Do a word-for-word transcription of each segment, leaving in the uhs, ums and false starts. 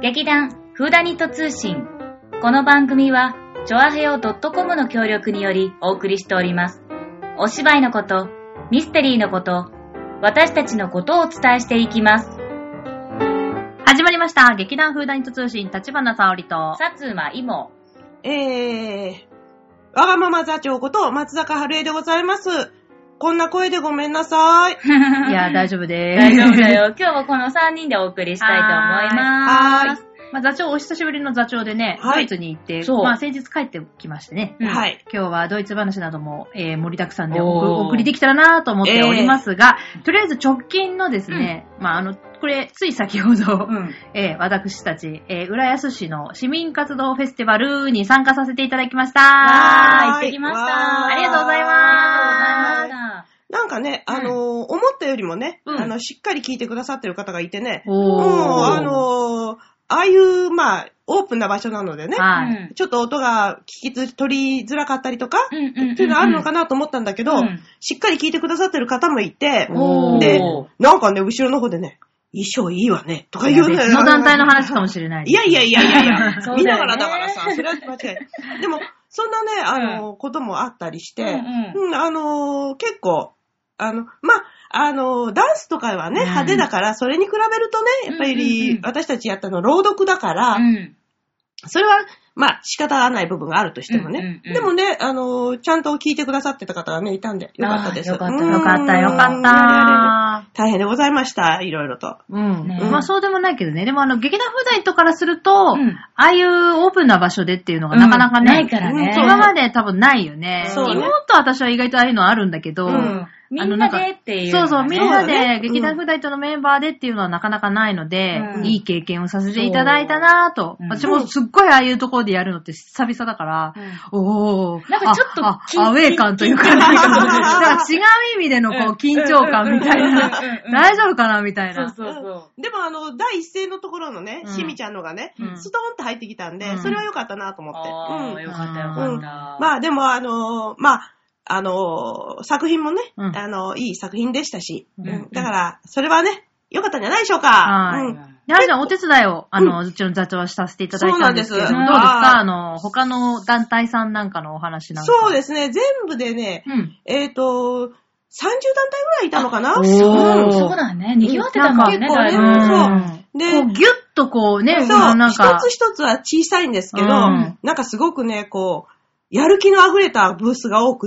劇団フーダニット通信。この番組はチョアヘオ .com の協力によりお送りしております。お芝居のこと、ミステリーのこと、私たちのことをお伝えしていきます。 始まりました。劇団フーダニット通信、立花沙織と薩摩いも。 えー、わがまま座長こと松坂春江でございます。こんな声でごめんなさい。 いや、大丈夫です。大丈夫だよ。今日はこのさんにんでお送りしたいと思います。 はい。まあ、座長、お久しぶりの座長でね、はい、ドイツに行って、まあ、先日帰ってきましてね。 はい。 今日はドイツ話なども、えー、盛りだくさんでお送りできたらなと思っておりますが、えー、とりあえず直近のですね、うん、まあ、あの、これ、つい先ほど、うん、えー、私たち、えー、浦安市の市民活動フェスティバルに参加させていただきました。 はい、行ってきました。 ありがとうございます。ありがとうございました。 なんかね、あのーうん、思ったよりもね、うん、あの、しっかり聞いてくださってる方がいてね、 おー、 もう、あのー、ああいう、まあ、オープンな場所なのでね、 はい、 ちょっと音が聞きつ取りづらかったりとか、うんうんうんうん、っていうのあるのかなと思ったんだけど、うん、しっかり聞いてくださってる方もいて、で、なんかね、後ろの方でね、衣装いいわね、とか言うね。 別の団体の話かもしれない。 いやいやいやいやいや、見ながらだからさ、それは間違いない。でも、そんなね、あの、うん、こともあったりして、うんうん、あの、結構、あの、まあ、あの、ダンスとかはね、派手だから、それに比べるとね、やっぱり、私たちやったの朗読だから、うん、それは、まあ、仕方がない部分があるとしてもね。うんうんうん、でもね、あの、ちゃんと聞いてくださってた方がね、いたんで、よかったです。 よかった、よかった、よかった。 大変でございました、いろいろと。 うん。ね、まあ、そうでもないけどね。でも、あの、劇団フーダニットからすると、うん、ああいうオープンな場所でっていうのがなかなかね、うん、 ないからね。 今まで多分ないよね。 そうね。 妹は私は意外とああいうのあるんだけど、 うんみんなでっていう、ね。 そうそう、みんなで劇団フーダニットのメンバーでっていうのはなかなかないので、うん、いい経験をさせていただいたなぁと、うん。私もすっごいああいうところでやるのって久々だから、うん、おー、 なんかちょっとアウェー感というか、なんかなんか違う意味でのこう緊張感みたいな、大丈夫かなみたいな。 そうそうそう。 でもあの、第一声のところのね、しみちゃんのがね、うん、ストーンって入ってきたんで、うん、それは良かったなと思って。 あうん、 よかったよかった。うん、 まあでもあのー、まあ、あの、作品もね、うん、あの、いい作品でしたし、うんうん、だから、それはね、良かったんじゃないでしょうか。 はい。うん、で、はじゃあお手伝いを、あの、うちの座長はさせていただいたんですけど、どうですか？あの、他の団体さんなんかのお話なんか。 そうですね、全部でね、うん、えっと、さんじゅう団体ぐらいいたのかな？ そう、そうだね。賑わってたもんね、 結構ね。そう。 で、こうギュッとこうね、 そう、なんか一つ一つは小さいんですけど、うん、なんかすごくね、こう、やる気の溢れたブースが多くって、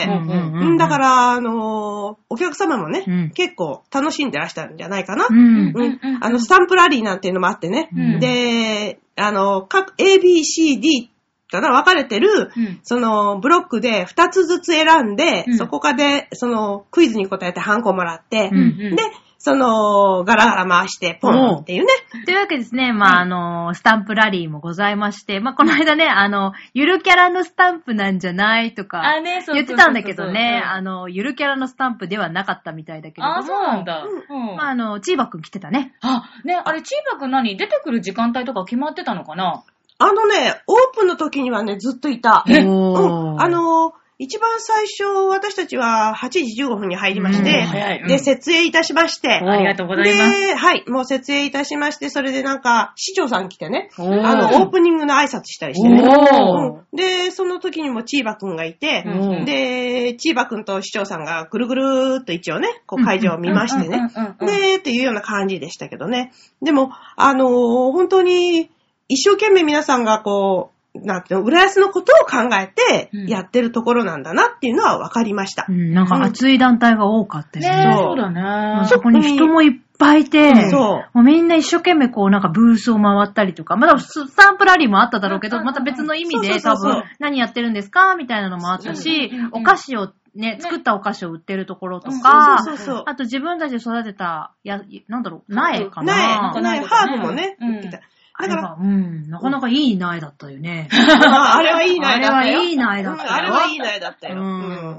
うんうんうんうん、だから、あのー、お客様もね、うん、結構楽しんでらしたんじゃないかな。うんうん、あの、スタンプラリーなんていうのもあってね。うん、で、あの、各 エービーシーディー かな、分かれてる、うん、その、ブロックでふたつずつ選んで、うん、そこかで、その、クイズに答えてハンコもらって、うんうん、で、その、ガラガラ回して、ポンっていうね。 というわけですね、まあ、あの、スタンプラリーもございまして、まあ、この間ね、あの、ゆるキャラのスタンプなんじゃないとか、言ってたんだけどね、あの、ゆるキャラのスタンプではなかったみたいだけれども。 あ、そうなんだ。 うん。まあ、あの、チーバくん来てたね。 あ、ね、あれ、チーバくん何出てくる時間帯とか決まってたのかな？ あのね、オープンの時にはね、ずっといた。 え？ うん。あの、一番最初、私たちははちじじゅうごふんに入りまして、うん、で、設営いたしまして、 ありがとうございます。 で、はい、もう設営いたしまして、それでなんか、市長さん来てね、あの、オープニングの挨拶したりしてね、うん、で、その時にもチーバくんがいて、で、チーバくんと市長さんがぐるぐるーっと一応ね、こう会場を見ましてね、で、っていうような感じでしたけどね。でも、あのー、本当に、一生懸命皆さんがこう、なんていうの、浦安のことを考えてやってるところなんだなっていうのは分かりました。 うん、なんか熱い団体が多かったですね。 ね、そうだね。 そこに人もいっぱいいて、うん、そうもうみんな一生懸命こうなんかブースを回ったりとか、まだスタンプラリーもあっただろうけど、また別の意味で多分何やってるんですかみたいなのもあったし、うんうんうん、お菓子をね、作ったお菓子を売ってるところとか、 そうそうそう、 あと自分たちで育てた、や、なんだろう、苗かな。苗、苗、ハーブもね、 売ってた。だから、うん、なかなかいい苗だったよね。 あ, あれはいい苗だったよ。 あれはいい苗だったよ。 あれはいい苗だったよ。うん、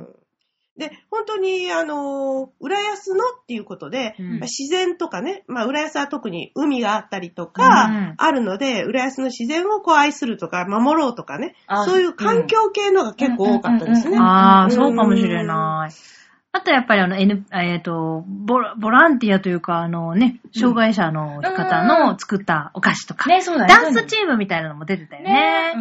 で、本当に、あの、浦安のっていうことで、うん、自然とかね、まあ、浦安は特に海があったりとか、うん、あるので、浦安の自然をこう愛するとか、守ろうとかね、そういう環境系のが結構多かったですね。 ああ、そうかもしれない。 あとやっぱりあの、N、えっ、ー、とボ、ボランティアというか、あのね、障害者の方の作ったお菓子とか、 ね、そうだね。 ダンスチームみたいなのも出てたよね。 ね、うん。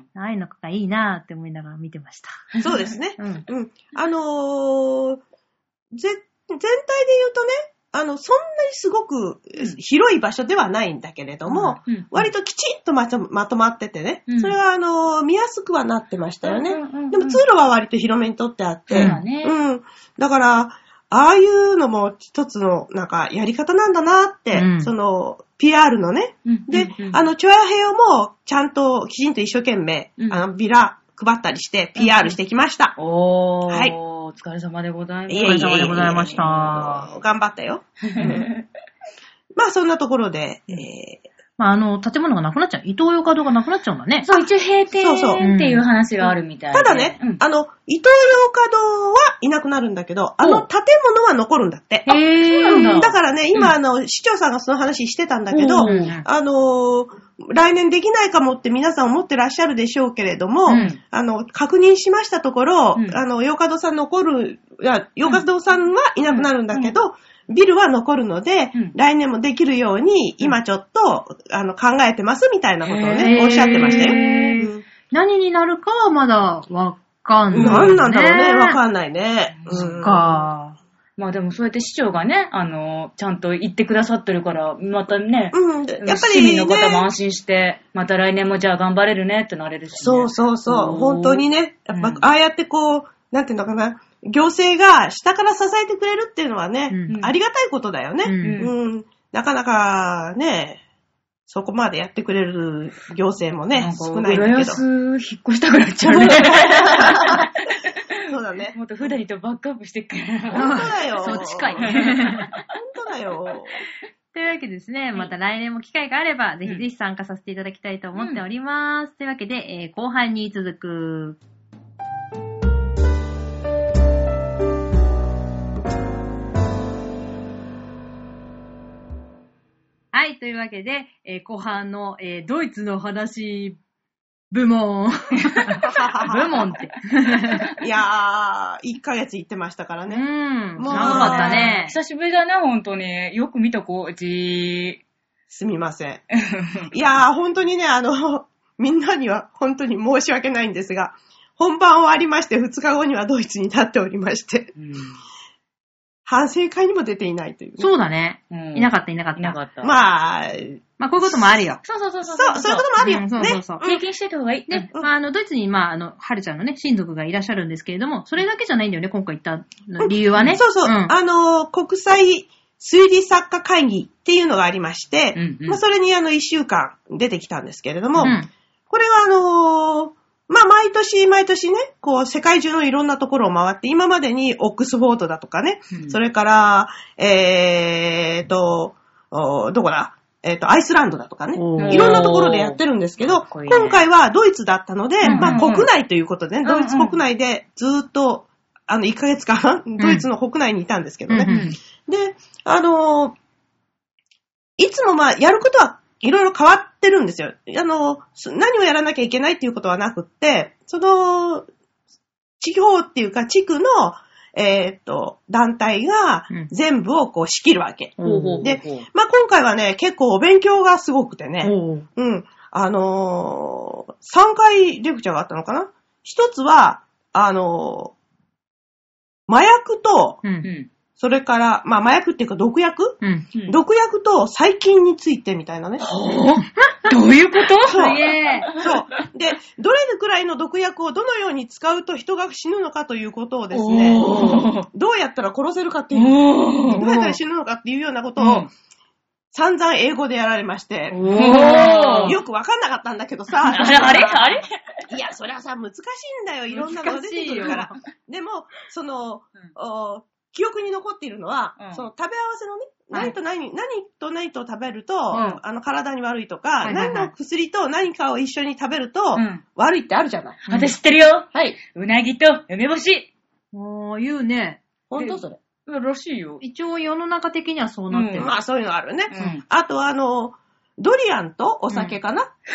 ああいうのがいいなって思いながら見てました。 そうですね。うん。うん。あのー、ぜ、全体で言うとね、あの、そんなにすごく広い場所ではないんだけれども、うん、割ときちんとまと、まとまっててね、うん、それはあの、見やすくはなってましたよね。うんうんうんうん、でも通路は割と広めにとってあって、うんね、うん。だから、ああいうのも一つのなんかやり方なんだなって、うん、その、ピーアール のね、うんうんうん、で、あの、チョアヘヨもちゃんときちんと一生懸命、うん、あの、ビラ配ったりして ピーアール してきました。 うん、おー。はい。お疲れ様でございます。 お疲れ様でございました。 頑張ったよ。まあそんなところで、えー、 まああの建物がなくなっちゃう。イトーヨーカドーがなくなっちゃうんだね。 そう、一応閉店っていう話があるみたいで。 ただね、うん、あの、イトーヨーカドーはいなくなるんだけど、あの建物は残るんだって。 へー。 そうなんだ。だからね、今、うん、あの、市長さんがその話してたんだけど、うん、あの、来年できないかもって皆さん思ってらっしゃるでしょうけれども、うん、あの、確認しましたところ、うん、あの、ヨーカドーさん残る、いや、ヨーカドーさんはいなくなるんだけど、うんうんビルは残るので、うん、来年もできるように、今ちょっと、あの、考えてますみたいなことをね、おっしゃってましたよ。うん、 何になるかはまだわかんない、ね。 何なんだろうね、わかんないね。 そっか。 まあでもそうやって市長がね、あの、ちゃんと言ってくださってるから、またね、うん、やっぱり、ね、市民の方も安心して、また来年もじゃあ頑張れるねってなれるし、ね。 そうそうそう、本当にね、やっぱ、うん、ああやってこう、なんていうのかな、行政が下から支えてくれるっていうのはね、うん、ありがたいことだよね、うんうん。なかなかね、そこまでやってくれる行政もね、少ないんだけど。浦安引っ越したくなっちゃうね。 そうだね。 もっと普段にとバックアップしてっから。 本当だよ。 そう近い。 本当だよ。 というわけですね、また来年も機会があれば、ぜひぜひ参加させていただきたいと思っております。うん、というわけで、えー、後半に続く。はい、というわけで、えー、後半の、えー、ドイツの話部門。部門って。 いやー、いっかげつ行ってましたからね。 うん。もう長かったね。 久しぶりだね、ほんとに。よく見た子、じー。 すみません。いやー、ほんとにね、あの、みんなには本当に申し訳ないんですが、本番終わりまして、ふつかごにはドイツに立っておりまして。うん反省会にも出ていないという、ね。 そうだね、うん。いなかった、いなかった。いなかった。 まあ、 まあこういうこともあるよ。 そうそうそうそう。 そう、そういうこともあるよ。 うん、そうそうそう。 ね、経験してた方がいい。 で、うん、まああの、ドイツに、まああの、はるちゃんのね、親族がいらっしゃるんですけれども、それだけじゃないんだよね、今回言った理由はね。 うん、そうそう、うん。あの、国際推理作家会議っていうのがありまして、うんうん、まあそれにあの、いっしゅうかん出てきたんですけれども、うん、これはあのー、まあ、毎年毎年ね、こう、世界中のいろんなところを回って、今までにオックスフォードだとかね、うん、それから、えーと、どこだえーと、アイスランドだとかね、いろんなところでやってるんですけど、いいね、今回はドイツだったので、うんうんうん、まあ、国内ということでね、ドイツ国内でずっと、あの、いっかげつかん、ドイツの国内にいたんですけどね。うんうん、で、あの、いつもまあ、やることはいろいろ変わってるんですよ。あの、何をやらなきゃいけないっていうことはなくって、その、地方っていうか地区の、えっと、団体が全部をこう仕切るわけ。うん、で、まあ今回はね、結構お勉強がすごくてね、うん。あのー、さんかいレクチャーがあったのかな？一つは、あのー、麻薬と、うんうんそれから、まあ、麻薬っていうか毒薬、うんうん、毒薬と細菌についてみたいなね。 どういうことそう。そう。で、どれくらいの毒薬をどのように使うと人が死ぬのかということをですね、どうやったら殺せるかっていう、どうやったら死ぬのかっていうようなことを、散々英語でやられまして、よくわかんなかったんだけどさ。 あれあれあれいや、それはさ、難しいんだよ。いろんなのが出てくるから。でも、その、うん記憶に残っているのは、うん、その食べ合わせのね、何と何、うん、何と何と食べると、うん、あの体に悪いとか、はいはいはい、何の薬と何かを一緒に食べると、うん、悪いってあるじゃない。 私知ってるよ。はい。うなぎと梅干し。 おー、言うね。 ほんとそれ。 らしいよ。 一応世の中的にはそうなってる。 うん、まあそういうのあるね。うん、あとあの、ドリアンとお酒かな、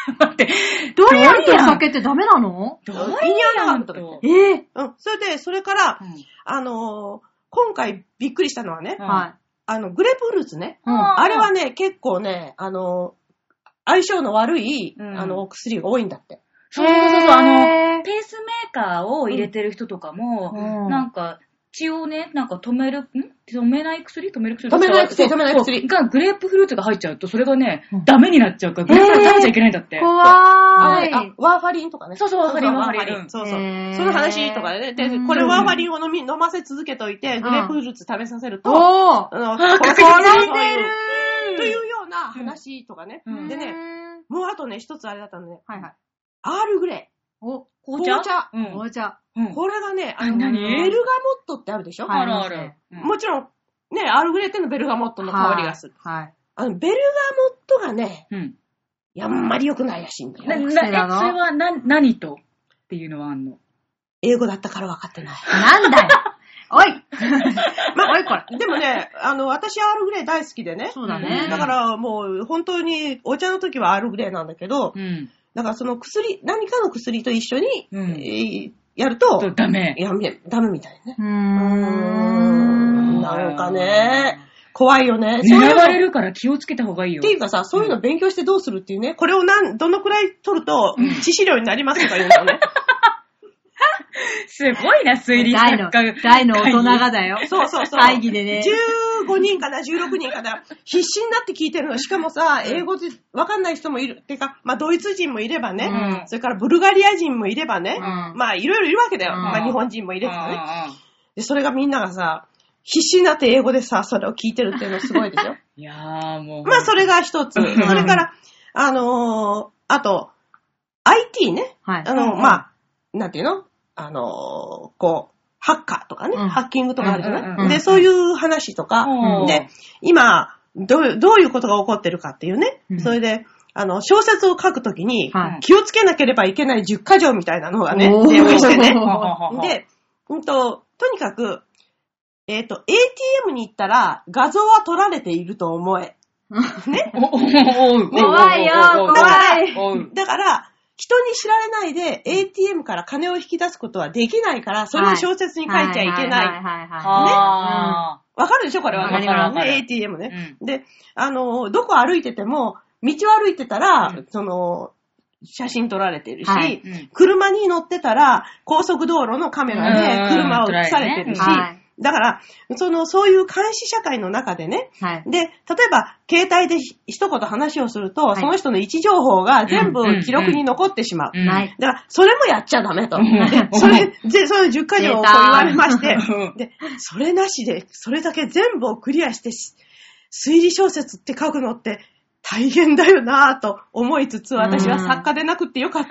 待って、ドリアンとお酒ってダメなの？ ドリアンとか言って。ええー、うん。それで、それから、うん、あのー、今回びっくりしたのはね、うん、あの、グレープフルーツね。うん、あれはね、結構ね、あのー、相性の悪い、うん、あの、薬が多いんだって。 そうそうそうそう、あの、ペースメーカーを入れてる人とかも、うん、なんか、血をね、なんか止める、ん止めない薬止める薬止めない薬止めない薬が、グレープフルーツが入っちゃうと、それがね、うん、ダメになっちゃうから、グレープフルーツ食べちゃいけないんだって。 怖ーい。 あ、ワーファリンとかね。 そうそう、ワーファリン、ワーファリン。 そうそう。その話とかね。で、これワーファリンを飲み、飲ませ続けといて、グレープフルーツ食べさせると、 あの、 こうなってるというような話とかね。でね、もうあとね、一つあれだったのね。はいはい。アールグレイ。 お、 紅茶。紅茶。 うん、紅茶。 これがね、あの、ベルガモットってあるでしょ？ あるある。 もちろん、ね、アールグレイってのベルガモットの香りがする。はい。あの、ベルガモットがね、うん。あんまり良くないらしいんだよ。 な、な、え、それはな、何とっていうのはあんの？ 英語だったから分かってない。 なんだよおいまあ、おいこれ。でもね、あの、私アールグレイ大好きでね。 そうだね。 だからもう、本当に、お茶の時はアールグレイなんだけど、うん。だからその薬、何かの薬と一緒に、うんえー、やると、 ダメ。 いや、ダメみたいね。うーん。なんかね、怖いよね。 狙われるから気をつけた方がいいよ。 っていうかさ、そういうの勉強してどうするっていうね、これをなん、どのくらい取ると、致死量になりますとか言うのね。 すごいな、推理作家。 大の大人がだよ。 そうそうそう。 会議でね。 じゅうごにんかな、じゅうろくにんかな、必死になって聞いてるの。しかもさ、英語でわかんない人もいる。てか、まあ、ドイツ人もいればね、うん、それからブルガリア人もいればね、うん、まあ、いろいろいるわけだよ。うん、まあ、日本人もいればね、うん。で、それがみんながさ、必死になって英語でさ、それを聞いてるっていうのすごいでしょ。 いやー、もう。 まあ、それが一つ。それから、あのー、あと、アイティー ね。はい。あの、まあ、なんていうのあのー、こう、ハッカーとかね、うん、ハッキングとかあるじゃない、うんうん、で、そういう話とか、うん、で、今どう、どういうことが起こってるかっていうね、うん、それで、あの、小説を書くときに、はい、気をつけなければいけないじゅっかじょうみたいなのがね、電話してね。で、うんと、とにかく、えっと、エーティーエム に行ったら、画像は撮られていると思え。ね。 怖いよ、怖い。だから、人に知られないで エーティーエム から金を引き出すことはできないから、それを小説に書いちゃいけない。ね。わかるでしょこれは。わかるわかる。エーティーエム ね、うん。で、あの、どこ歩いてても、道を歩いてたら、うん、その、写真撮られてるし、はいうん、車に乗ってたら、高速道路のカメラで車を映されてるし、だから、その、そういう監視社会の中でね、はい、で、例えば、携帯で一言話をすると、はい、その人の位置情報が全部記録に残ってしまう。うんうんうん、だから、それもやっちゃダメと。で、それ、で、そのじゅっかじょうをこう言われまして、で、それなしで、それだけ全部をクリアして、推理小説って書くのって、大変だよなぁと思いつつ、私は作家でなくってよかった。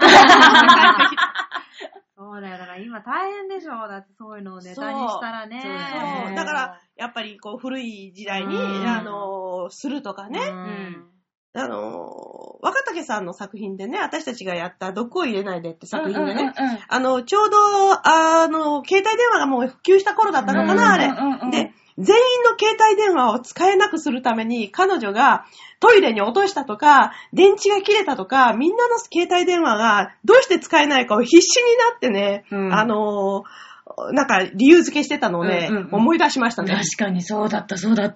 そうだよ。だから今大変でしょ。だってそういうのをネタにしたらね。 そうそう。だから、やっぱりこう古い時代に、あの、するとかね。あの、若竹さんの作品でね、私たちがやった毒を入れないでって作品でね、うんうんうん、あの、ちょうど、あの、携帯電話がもう普及した頃だったのかな、あれ。うんうんうん、で、全員の携帯電話を使えなくするために、彼女がトイレに落としたとか、電池が切れたとか、みんなの携帯電話がどうして使えないかを必死になってね、うん、あのー、なんか理由付けしてたのをね、うんうんうん、思い出しましたね。 確かにそうだった、そうだった。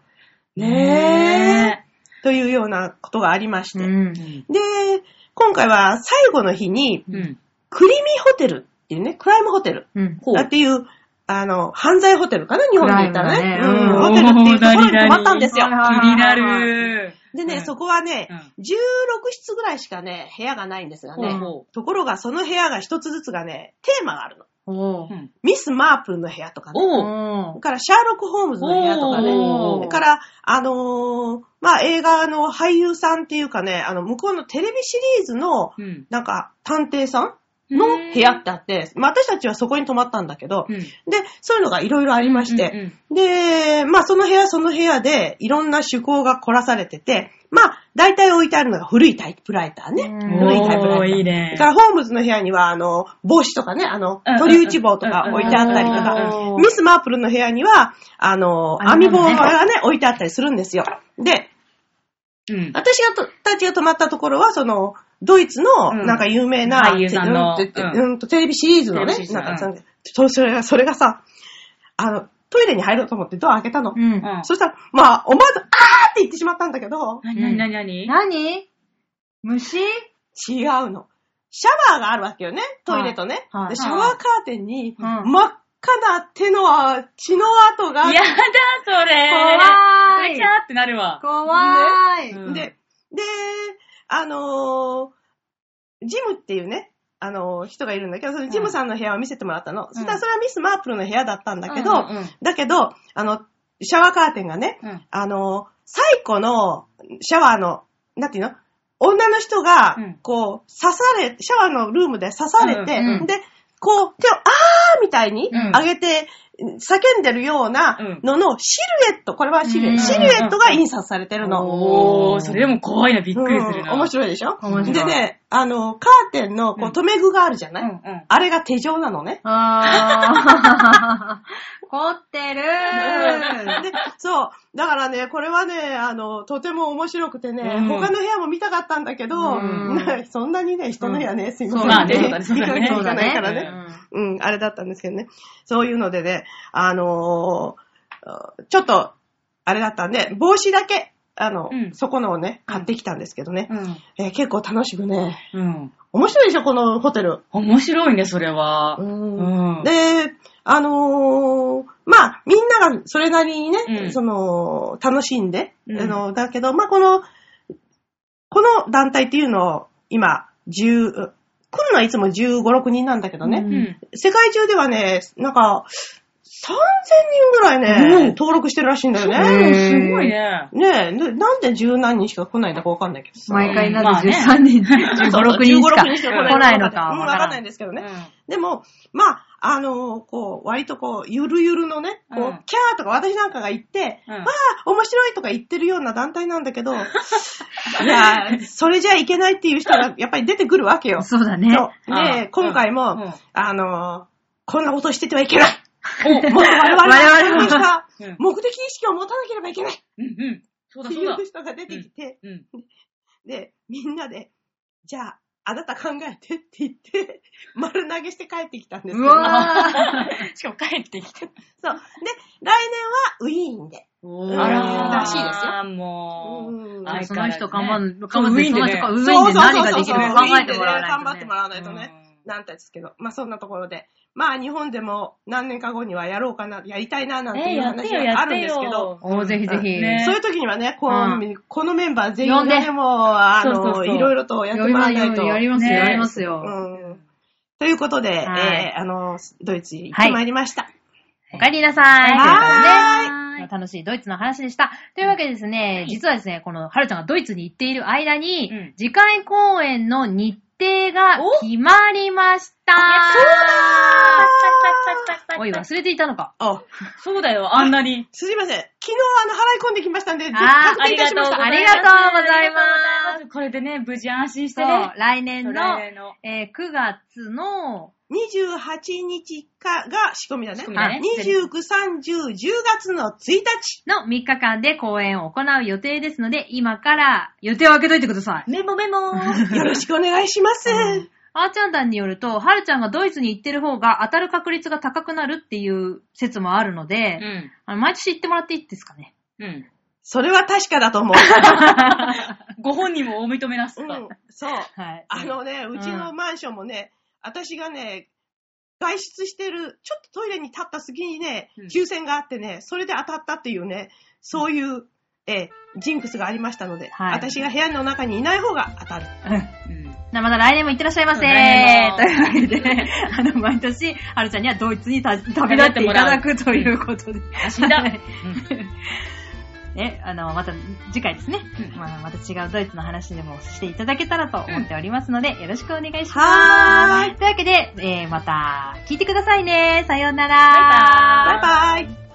ねえ。というようなことがありまして。うん、で、今回は最後の日に、うん、クリミホテルっていうね、クライムホテルっていう、あの、犯罪ホテルかな日本で言ったらね。ねうん、ホテルっていうところに泊まったんですよ。気になる。 でね、うん、そこはね、うん、じゅうろくしつぐらいしかね、部屋がないんですがね。うん、ところがその部屋が一つずつがね、テーマがあるの。うん、ミス・マープルの部屋とかね。それからシャーロック・ホームズの部屋とかね。それから、あのー、まあ、映画の俳優さんっていうかね、あの、向こうのテレビシリーズの、なんか、探偵さんの部屋ってあって、まあ、私たちはそこに泊まったんだけど、うん、で、そういうのがいろいろありまして、うんうんうん、で、まあ、その部屋その部屋でいろんな趣向が凝らされてて、まあ、大体置いてあるのが古いタイプライターね。古いタイプライター。いいね。だから、ホームズの部屋には、あの、帽子とかね、あの、鳥打ち棒とか置いてあったりとか、ミス・マープルの部屋には、あの、網棒がね、置いてあったりするんですよ。で、うん、私がとたちが泊まったところは、その、 ドイツの、なんか有名な、 俳優さんの、 うんと、テレビシリーズのね、なんか、それが、それがさ、あの、トイレに入ろうと思ってドア開けたの。うん。そしたら、まあ、思わず、あーって言ってしまったんだけど。 なになになになになに虫？ 違うの。シャワーがあるわけよね。トイレとね。はい、でシャワーカーテンに、真っ赤な手の血の跡が。 やだ、それ。 怖い。 キャーってなるわ。 怖い。 ねうん、で、で、あのー、ジムっていうね、あのー、人がいるんだけど、そのジムさんの部屋を見せてもらったの。うん、そしたらそれはミス・マープルの部屋だったんだけど、うんうんうん、だけど、あの、シャワーカーテンがね、うん、あのー、最古のシャワーの、なんていうの女の人が、こう、刺され、シャワーのルームで刺されて、うんうん、で、こう、手を、あーみたいに上げて、叫んでるようなののシルエット、これはシルエット、シルエットが印刷されてるの。 おー、それでも怖いな、びっくりするな。 うん、面白いでしょ面白い。でね、あの、カーテンのこう留め具があるじゃない、うんうん、あれが手錠なのね。 あー。凝ってるー。で、そう。だからね、これはね、あの、とても面白くてね、うん、他の部屋も見たかったんだけど、うん、そんなにね、人の部屋ね、うん、すいません。 まあね、そうだね。そうだね。 行かないからね。うん、あれだったんですけどね。そういうのでね、あのー、ちょっと、あれだったんで、帽子だけ、あの、うん、そこのをね、買ってきたんですけどね。うんえー、結構楽しくね。うん。面白いでしょ、このホテル。 面白いね、それは。 うん。うん、で、あのー、まあ、みんながそれなりにね、うん、その、楽しんで、うん、あの、だけど、まあ、この、この団体っていうのを、今、じゅう、来るのはいつもじゅうご、ろくにんなんだけどね、うん、世界中ではね、なんか、さんぜんにんぐらいね、うん、登録してるらしいんだよね。 すごいね。 ねえ、なんで十何人しか来ないんだかわかんないけどさ。 毎回なんでじゅうさんにん、じゅうご、ろくにんしか来ないのか。 うん、わかんないんですけどね。うん、でも、まあ、あのー、こう、割とこう、ゆるゆるのね、こう、うん、キャーとか私なんかが言って、うん、ああ、面白いとか言ってるような団体なんだけど、いや、それじゃいけないっていう人がやっぱり出てくるわけよ。 そうだね。 そう。で、今回も、うん、あのー、こんなことしててはいけない。もう我々はした目的意識を持たなければいけない。うんうん。そうだそうだ。っていう人が出てきて、うんうん、で、みんなで、じゃあ、あなた考えてって言って、丸投げして帰ってきたんですけど。うわしかも帰ってきて。 そう。で、来年はウィーンで。 おー。らしいですよ。 あもう。 うん、その人頑張る、 頑張って、その人がウィーンで何ができるか考えてもらわないと、ね。 頑張ってもらわないとね。なんてですけど。まあそんなところで。まあ日本でも何年か後にはやろうかな、やりたいななんていう話があるんですけど。 おー、ぜひぜひ、 ね。そういう時にはね、こう、うん、このメンバー全員でも、あの、そうそうそういろいろとやってもらわないと。 やりますよ、やりますよ。 うん。ということで、はい、えー、あの、ドイツに行ってまいりました。はい、 お帰りなさい。はい。ね、楽しいドイツの話でした。というわけでですね、実はですね、この、はるちゃんがドイツに行っている間に、うん、次回公演の日程が決まりました。 そうだーおい、忘れていたのか。 あ、そうだよ、あんなに。 すいません。昨日あの、払い込んできましたんで、確定いたしました。 ありがとうございます。 これでね、無事安心してね。 来年の、来年のえー、くがつの、 にじゅうはちにちかが仕込みだね。ねにじゅうく、さんじゅう、じゅうがつのついたちのみっかかんで公演を行う予定ですので、今から予定を開けといてください。 メモメモよろしくお願いします。うんあーちゃん団によると、はるちゃんがドイツに行ってる方が当たる確率が高くなるっていう説もあるので、うん、あの毎年行ってもらっていいですかね。 うん。それは確かだと思う。 ご本人もお認めなすか、 うん。そう。はい。あのね、うちのマンションもね、うん、私がね、外出してる、ちょっとトイレに立った隙にね、抽選があってね、それで当たったっていうね、そういう、うん、えジンクスがありましたので、はい、私が部屋の中にいない方が当たる。 うんまた来年も行ってらっしゃいませー。というわけで、あの、毎年、はるちゃんにはドイツに旅立っていただくということで。 死んだ。 ね、あの、また次回ですね、うんまあ。また違うドイツの話でもしていただけたらと思っておりますので、うん、よろしくお願いします。 はーい。 というわけで、えー、また聞いてくださいね。さようなら。 バイバイ。バイバイ。